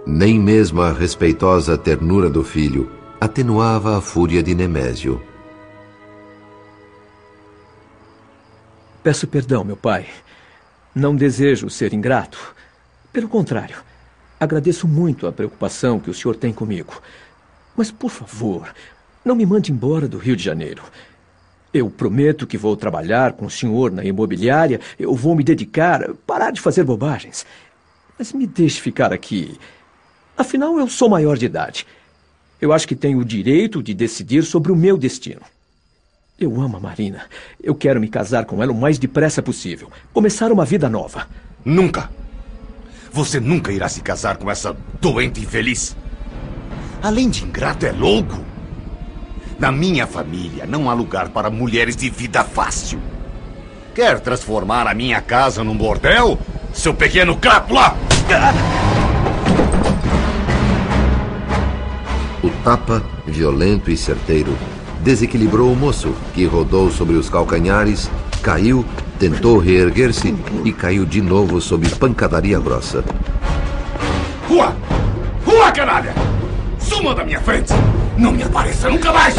Nem mesmo a respeitosa ternura do filho atenuava a fúria de Nemésio. Peço perdão, meu pai. Não desejo ser ingrato. Pelo contrário, agradeço muito a preocupação que o senhor tem comigo. Mas, por favor, não me mande embora do Rio de Janeiro. Eu prometo que vou trabalhar com o senhor na imobiliária, eu vou me dedicar, parar de fazer bobagens. Mas me deixe ficar aqui. Afinal, eu sou maior de idade. Eu acho que tenho o direito de decidir sobre o meu destino. Eu amo a Marina. Eu quero me casar com ela o mais depressa possível. Começar uma vida nova. Nunca! Você nunca irá se casar com essa doente infeliz. Além de ingrato, é louco. Na minha família não há lugar para mulheres de vida fácil. Quer transformar a minha casa num bordel, seu pequeno crápula? O tapa, violento e certeiro, desequilibrou o moço, que rodou sobre os calcanhares, caiu, tentou reerguer-se e caiu de novo sob pancadaria grossa. Rua! Rua, canalha! Suma da minha frente! Não me apareça nunca mais!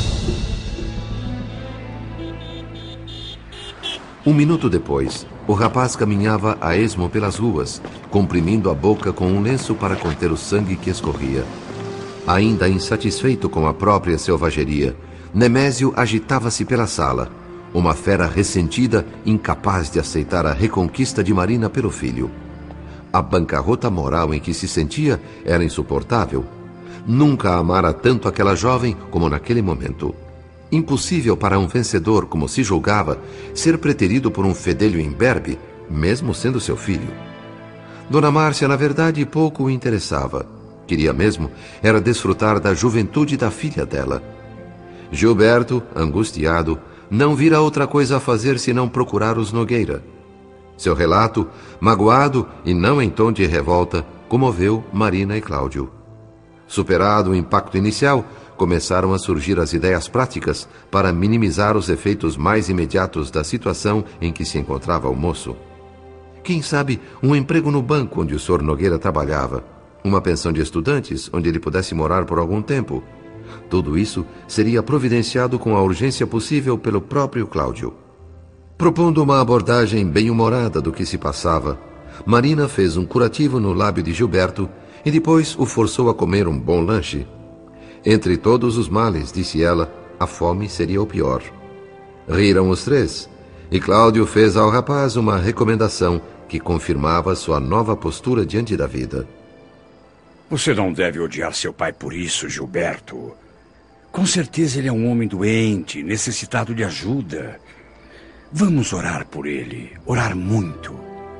Um minuto depois, o rapaz caminhava a esmo pelas ruas, comprimindo a boca com um lenço para conter o sangue que escorria. Ainda insatisfeito com a própria selvageria, Nemésio agitava-se pela sala, uma fera ressentida, incapaz de aceitar a reconquista de Marina pelo filho. A bancarrota moral em que se sentia era insuportável. Nunca amara tanto aquela jovem como naquele momento. Impossível para um vencedor, como se julgava, ser preterido por um fedelho imberbe, mesmo sendo seu filho. Dona Márcia, na verdade, pouco o interessava. Queria mesmo era desfrutar da juventude da filha dela. Gilberto, angustiado, não vira outra coisa a fazer senão procurar os Nogueira. Seu relato, magoado e não em tom de revolta, comoveu Marina e Cláudio. Superado o impacto inicial, começaram a surgir as ideias práticas para minimizar os efeitos mais imediatos da situação em que se encontrava o moço. Quem sabe um emprego no banco onde o Sr. Nogueira trabalhava, uma pensão de estudantes onde ele pudesse morar por algum tempo. Tudo isso seria providenciado com a urgência possível pelo próprio Cláudio. Propondo uma abordagem bem-humorada do que se passava, Marina fez um curativo no lábio de Gilberto e depois o forçou a comer um bom lanche. Entre todos os males, disse ela, a fome seria o pior. Riram os três, e Cláudio fez ao rapaz uma recomendação que confirmava sua nova postura diante da vida. Você não deve odiar seu pai por isso, Gilberto. Com certeza ele é um homem doente, necessitado de ajuda. Vamos orar por ele, orar muito.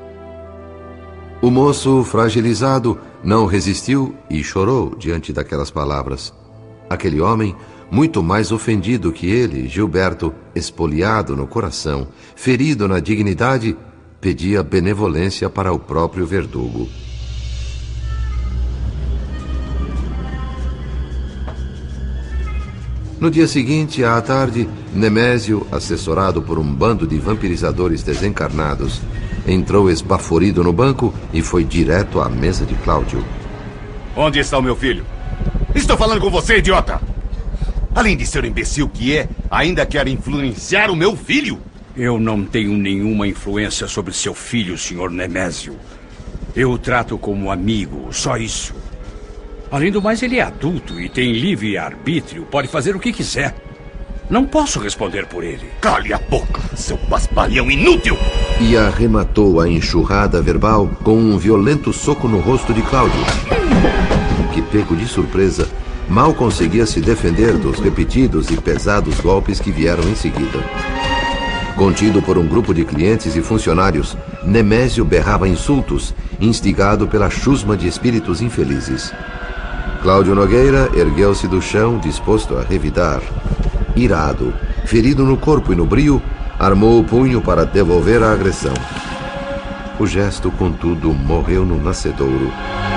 O moço, fragilizado, não resistiu e chorou diante daquelas palavras. Aquele homem, muito mais ofendido que ele, Gilberto, espoliado no coração, ferido na dignidade, pedia benevolência para o próprio verdugo. No dia seguinte, à tarde, Nemésio, assessorado por um bando de vampirizadores desencarnados, entrou esbaforido no banco e foi direto à mesa de Cláudio. Onde está o meu filho? Estou falando com você, idiota! Além de ser o imbecil que é, ainda quer influenciar o meu filho? Eu não tenho nenhuma influência sobre seu filho, Sr. Nemésio. Eu o trato como um amigo, só isso. Além do mais, ele é adulto e tem livre arbítrio, pode fazer o que quiser. Não posso responder por ele. Cale a boca, seu paspalhão inútil! E arrematou a enxurrada verbal com um violento soco no rosto de Cláudio, que, pego de surpresa, mal conseguia se defender dos repetidos e pesados golpes que vieram em seguida. Contido por um grupo de clientes e funcionários, Nemésio berrava insultos, instigado pela chusma de espíritos infelizes. Cláudio Nogueira ergueu-se do chão, disposto a revidar. Irado, ferido no corpo e no brio, armou o punho para devolver a agressão. O gesto, contudo, morreu no nascedouro.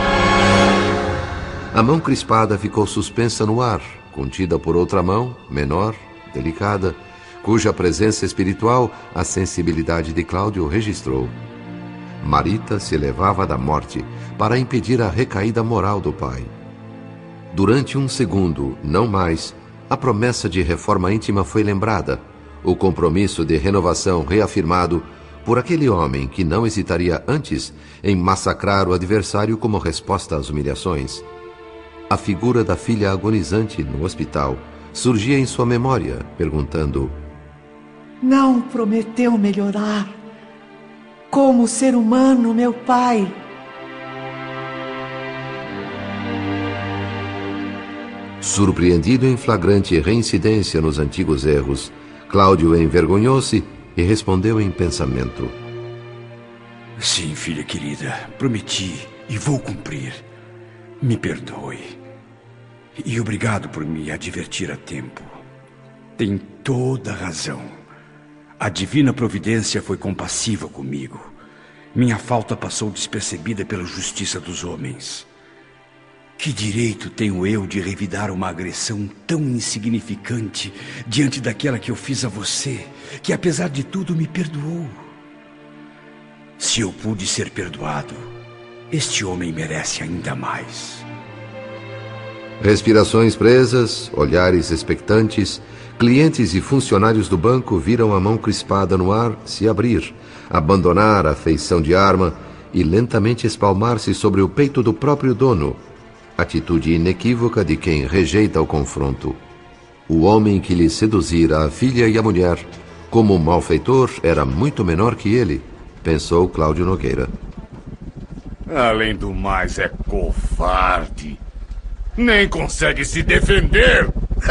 A mão crispada ficou suspensa no ar, contida por outra mão, menor, delicada, cuja presença espiritual a sensibilidade de Cláudio registrou. Marita se elevava da morte, para impedir a recaída moral do pai. Durante um segundo, não mais, a promessa de reforma íntima foi lembrada, o compromisso de renovação reafirmado por aquele homem que não hesitaria antes em massacrar o adversário como resposta às humilhações. A figura da filha agonizante no hospital surgia em sua memória, perguntando: não prometeu melhorar? Como ser humano, meu pai? Surpreendido em flagrante reincidência nos antigos erros, Cláudio envergonhou-se e respondeu em pensamento: sim, filha querida, prometi e vou cumprir. Me perdoe. E obrigado por me advertir a tempo. Tem toda a razão. A divina providência foi compassiva comigo. Minha falta passou despercebida pela justiça dos homens. Que direito tenho eu de revidar uma agressão tão insignificante diante daquela que eu fiz a você, que apesar de tudo me perdoou? Se eu pude ser perdoado, este homem merece ainda mais. Respirações presas, olhares expectantes, clientes e funcionários do banco viram a mão crispada no ar se abrir, abandonar a feição de arma e lentamente espalmar-se sobre o peito do próprio dono, atitude inequívoca de quem rejeita o confronto. O homem que lhe seduzira a filha e a mulher, como malfeitor, era muito menor que ele, pensou Cláudio Nogueira. Além do mais, é covarde. Nem consegue se defender.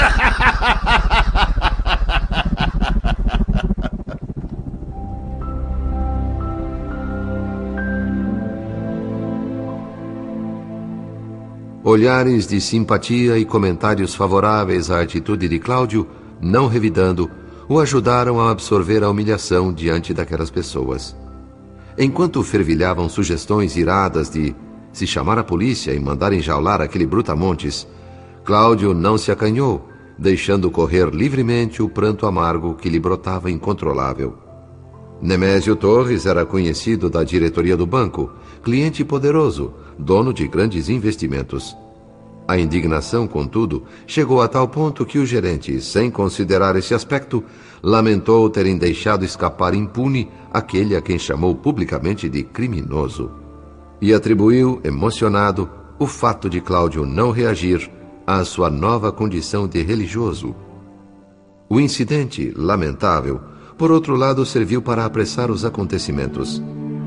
Olhares de simpatia e comentários favoráveis à atitude de Cláudio, não revidando, o ajudaram a absorver a humilhação diante daquelas pessoas. Enquanto fervilhavam sugestões iradas de se chamar a polícia e mandar enjaular aquele brutamontes, Cláudio não se acanhou, deixando correr livremente o pranto amargo que lhe brotava incontrolável. Nemésio Torres era conhecido da diretoria do banco, cliente poderoso, dono de grandes investimentos. A indignação, contudo, chegou a tal ponto que o gerente, sem considerar esse aspecto, lamentou terem deixado escapar impune aquele a quem chamou publicamente de criminoso. E atribuiu, emocionado, o fato de Cláudio não reagir à sua nova condição de religioso. O incidente, lamentável, por outro lado, serviu para apressar os acontecimentos.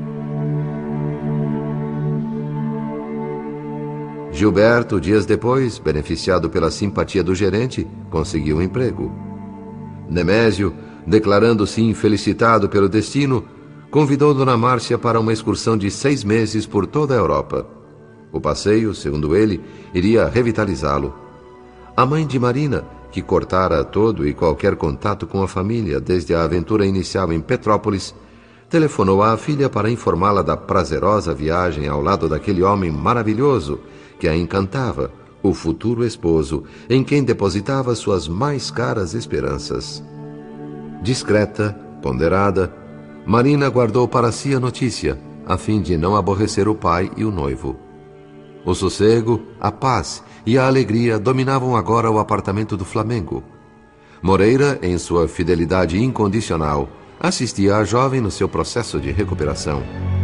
Gilberto, dias depois, beneficiado pela simpatia do gerente, conseguiu um emprego. Nemésio, declarando-se infelicitado pelo destino, convidou Dona Márcia para uma excursão de 6 meses por toda a Europa. O passeio, segundo ele, iria revitalizá-lo. A mãe de Marina, que cortara todo e qualquer contato com a família desde a aventura inicial em Petrópolis, telefonou à filha para informá-la da prazerosa viagem ao lado daquele homem maravilhoso que a encantava, o futuro esposo, em quem depositava suas mais caras esperanças. Discreta, ponderada, Marina guardou para si a notícia, a fim de não aborrecer o pai e o noivo. O sossego, a paz e a alegria dominavam agora o apartamento do Flamengo. Moreira, em sua fidelidade incondicional, assistia a jovem no seu processo de recuperação.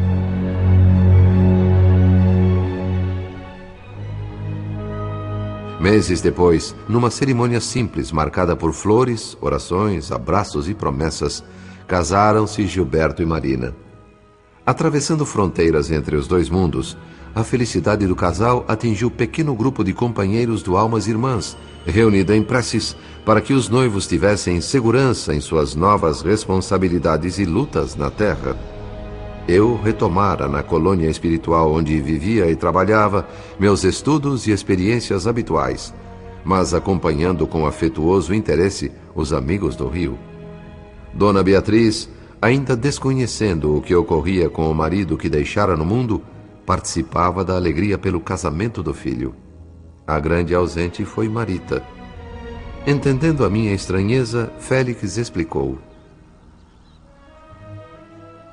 Meses depois, numa cerimônia simples marcada por flores, orações, abraços e promessas, casaram-se Gilberto e Marina. Atravessando fronteiras entre os dois mundos, a felicidade do casal atingiu pequeno grupo de companheiros do Almas Irmãs, reunido em preces para que os noivos tivessem segurança em suas novas responsabilidades e lutas na terra. Eu retomara na colônia espiritual onde vivia e trabalhava meus estudos e experiências habituais, mas acompanhando com afetuoso interesse os amigos do Rio. Dona Beatriz, ainda desconhecendo o que ocorria com o marido que deixara no mundo, participava da alegria pelo casamento do filho. A grande ausente foi Marita. Entendendo a minha estranheza, Félix explicou.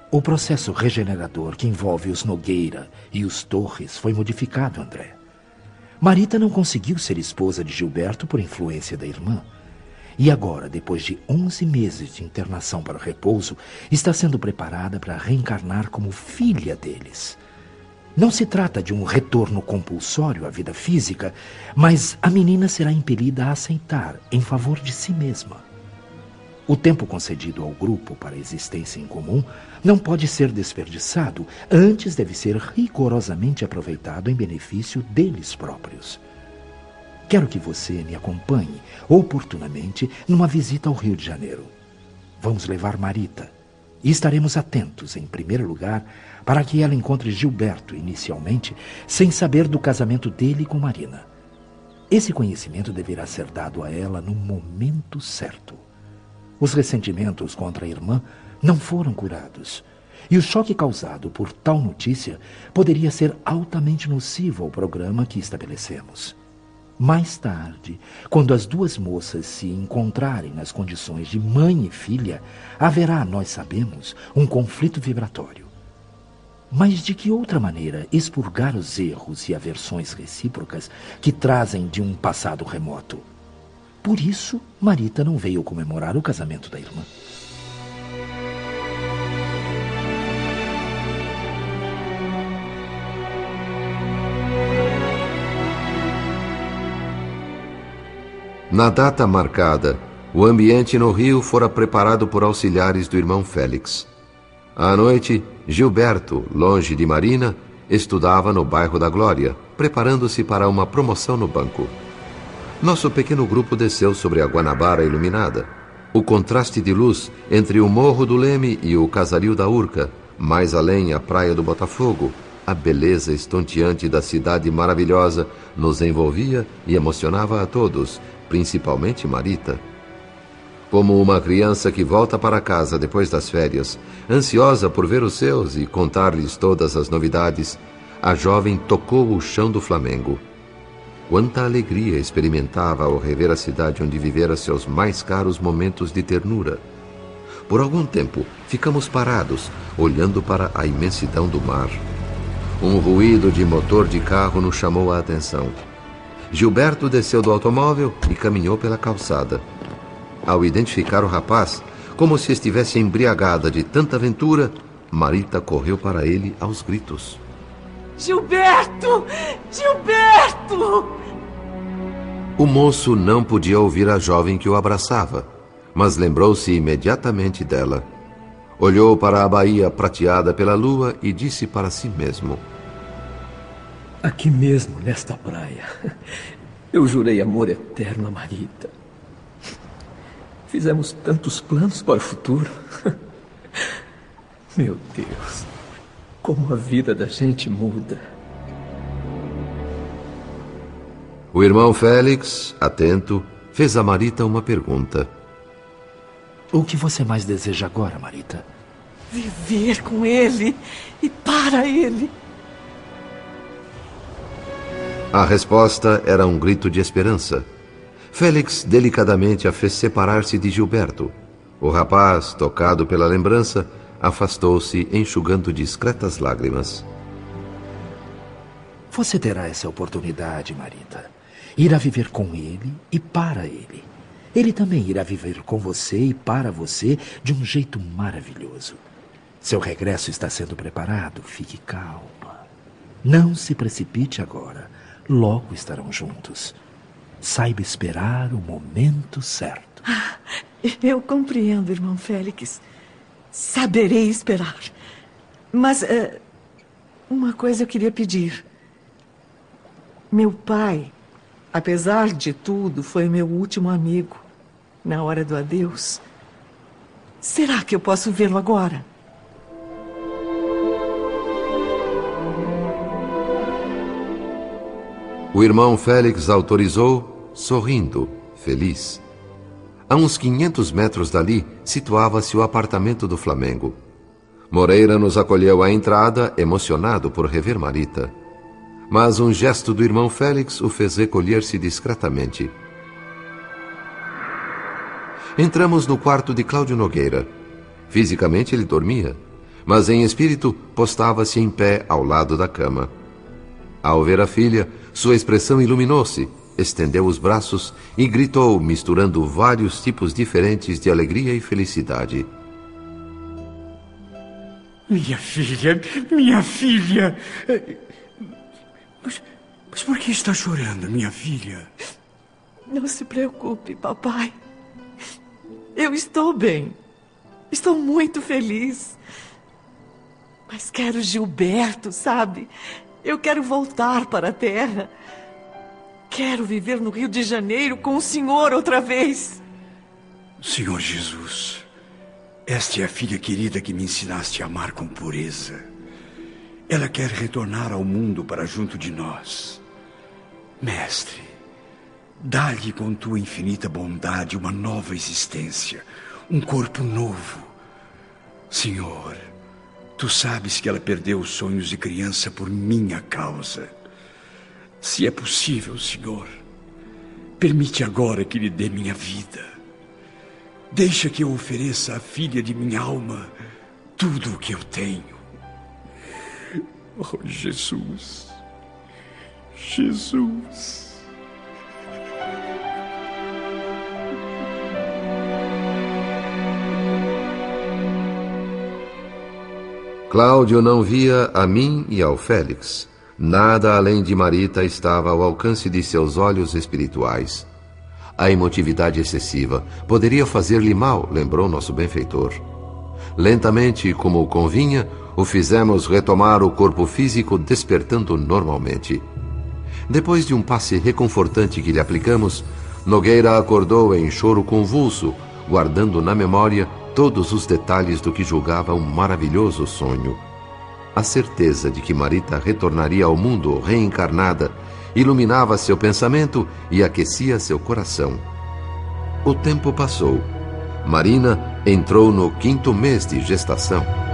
O processo regenerador que envolve os Nogueira e os Torres foi modificado, André. Marita não conseguiu ser esposa de Gilberto por influência da irmã. E agora, depois de 11 meses de internação para o repouso, está sendo preparada para reencarnar como filha deles. Não se trata de um retorno compulsório à vida física, mas a menina será impelida a aceitar em favor de si mesma. O tempo concedido ao grupo para a existência em comum não pode ser desperdiçado, antes deve ser rigorosamente aproveitado em benefício deles próprios. Quero que você me acompanhe oportunamente numa visita ao Rio de Janeiro. Vamos levar Marita e estaremos atentos, em primeiro lugar, para que ela encontre Gilberto inicialmente, sem saber do casamento dele com Marina. Esse conhecimento deverá ser dado a ela no momento certo. Os ressentimentos contra a irmã não foram curados, e o choque causado por tal notícia poderia ser altamente nocivo ao programa que estabelecemos. Mais tarde, quando as duas moças se encontrarem nas condições de mãe e filha, haverá, nós sabemos, um conflito vibratório. Mas de que outra maneira expurgar os erros e aversões recíprocas que trazem de um passado remoto? Por isso, Marita não veio comemorar o casamento da irmã. Na data marcada, o ambiente no Rio fora preparado por auxiliares do irmão Félix. À noite, Gilberto, longe de Marina, estudava no bairro da Glória, preparando-se para uma promoção no banco. Nosso pequeno grupo desceu sobre a Guanabara iluminada. O contraste de luz entre o Morro do Leme e o Casario da Urca, mais além a Praia do Botafogo, a beleza estonteante da cidade maravilhosa nos envolvia e emocionava a todos, principalmente Marita. Como uma criança que volta para casa depois das férias, ansiosa por ver os seus e contar-lhes todas as novidades, a jovem tocou o chão do Flamengo. Quanta alegria experimentava ao rever a cidade onde vivera seus mais caros momentos de ternura. Por algum tempo, ficamos parados, olhando para a imensidão do mar. Um ruído de motor de carro nos chamou a atenção. Gilberto desceu do automóvel e caminhou pela calçada. Ao identificar o rapaz, como se estivesse embriagada de tanta aventura, Marita correu para ele aos gritos. Gilberto! Gilberto! O moço não podia ouvir a jovem que o abraçava, mas lembrou-se imediatamente dela. Olhou para a baía prateada pela lua e disse para si mesmo: aqui mesmo, nesta praia, eu jurei amor eterno a Marita. Fizemos tantos planos para o futuro. Meu Deus, como a vida da gente muda. O irmão Félix, atento, fez a Marita uma pergunta. O que você mais deseja agora, Marita? Viver com ele e para ele. A resposta era um grito de esperança. Félix delicadamente a fez separar-se de Gilberto. O rapaz, tocado pela lembrança, afastou-se, enxugando discretas lágrimas. Você terá essa oportunidade, Marita. Irá viver com ele e para ele. Ele também irá viver com você e para você de um jeito maravilhoso. Seu regresso está sendo preparado. Fique calma. Não se precipite agora. Logo estarão juntos. Saiba esperar o momento certo. Eu compreendo, irmão Félix. Saberei esperar. Mas uma coisa eu queria pedir. Meu pai, apesar de tudo, foi meu último amigo. Na hora do adeus. Será que eu posso vê-lo agora? O irmão Félix autorizou, sorrindo, feliz. A uns 500 metros dali, situava-se o apartamento do Flamengo. Moreira nos acolheu à entrada, emocionado por rever Marita. Mas um gesto do irmão Félix o fez recolher-se discretamente. Entramos no quarto de Cláudio Nogueira. Fisicamente ele dormia, mas em espírito postava-se em pé ao lado da cama. Ao ver a filha, sua expressão iluminou-se, estendeu os braços e gritou, misturando vários tipos diferentes de alegria e felicidade. Minha filha, minha filha! Mas por que está chorando, minha filha? Não se preocupe, papai. Eu estou bem. Estou muito feliz. Mas quero Gilberto, sabe? Eu quero voltar para a terra. Quero viver no Rio de Janeiro com o senhor outra vez. Senhor Jesus, esta é a filha querida que me ensinaste a amar com pureza. Ela quer retornar ao mundo para junto de nós. Mestre, dá-lhe com tua infinita bondade uma nova existência, um corpo novo. Senhor, tu sabes que ela perdeu os sonhos de criança por minha causa. Se é possível, Senhor, permite agora que lhe dê minha vida. Deixa que eu ofereça à filha de minha alma tudo o que eu tenho. Oh, Jesus, Jesus. Cláudio não via a mim e ao Félix. Nada além de Marita estava ao alcance de seus olhos espirituais. A emotividade excessiva poderia fazer-lhe mal, lembrou nosso benfeitor. Lentamente, como convinha, o fizemos retomar o corpo físico, despertando normalmente. Depois de um passe reconfortante que lhe aplicamos, Nogueira acordou em choro convulso, guardando na memória todos os detalhes do que julgava um maravilhoso sonho. A certeza de que Marita retornaria ao mundo reencarnada iluminava seu pensamento e aquecia seu coração. O tempo passou. Marina entrou no 5º mês de gestação.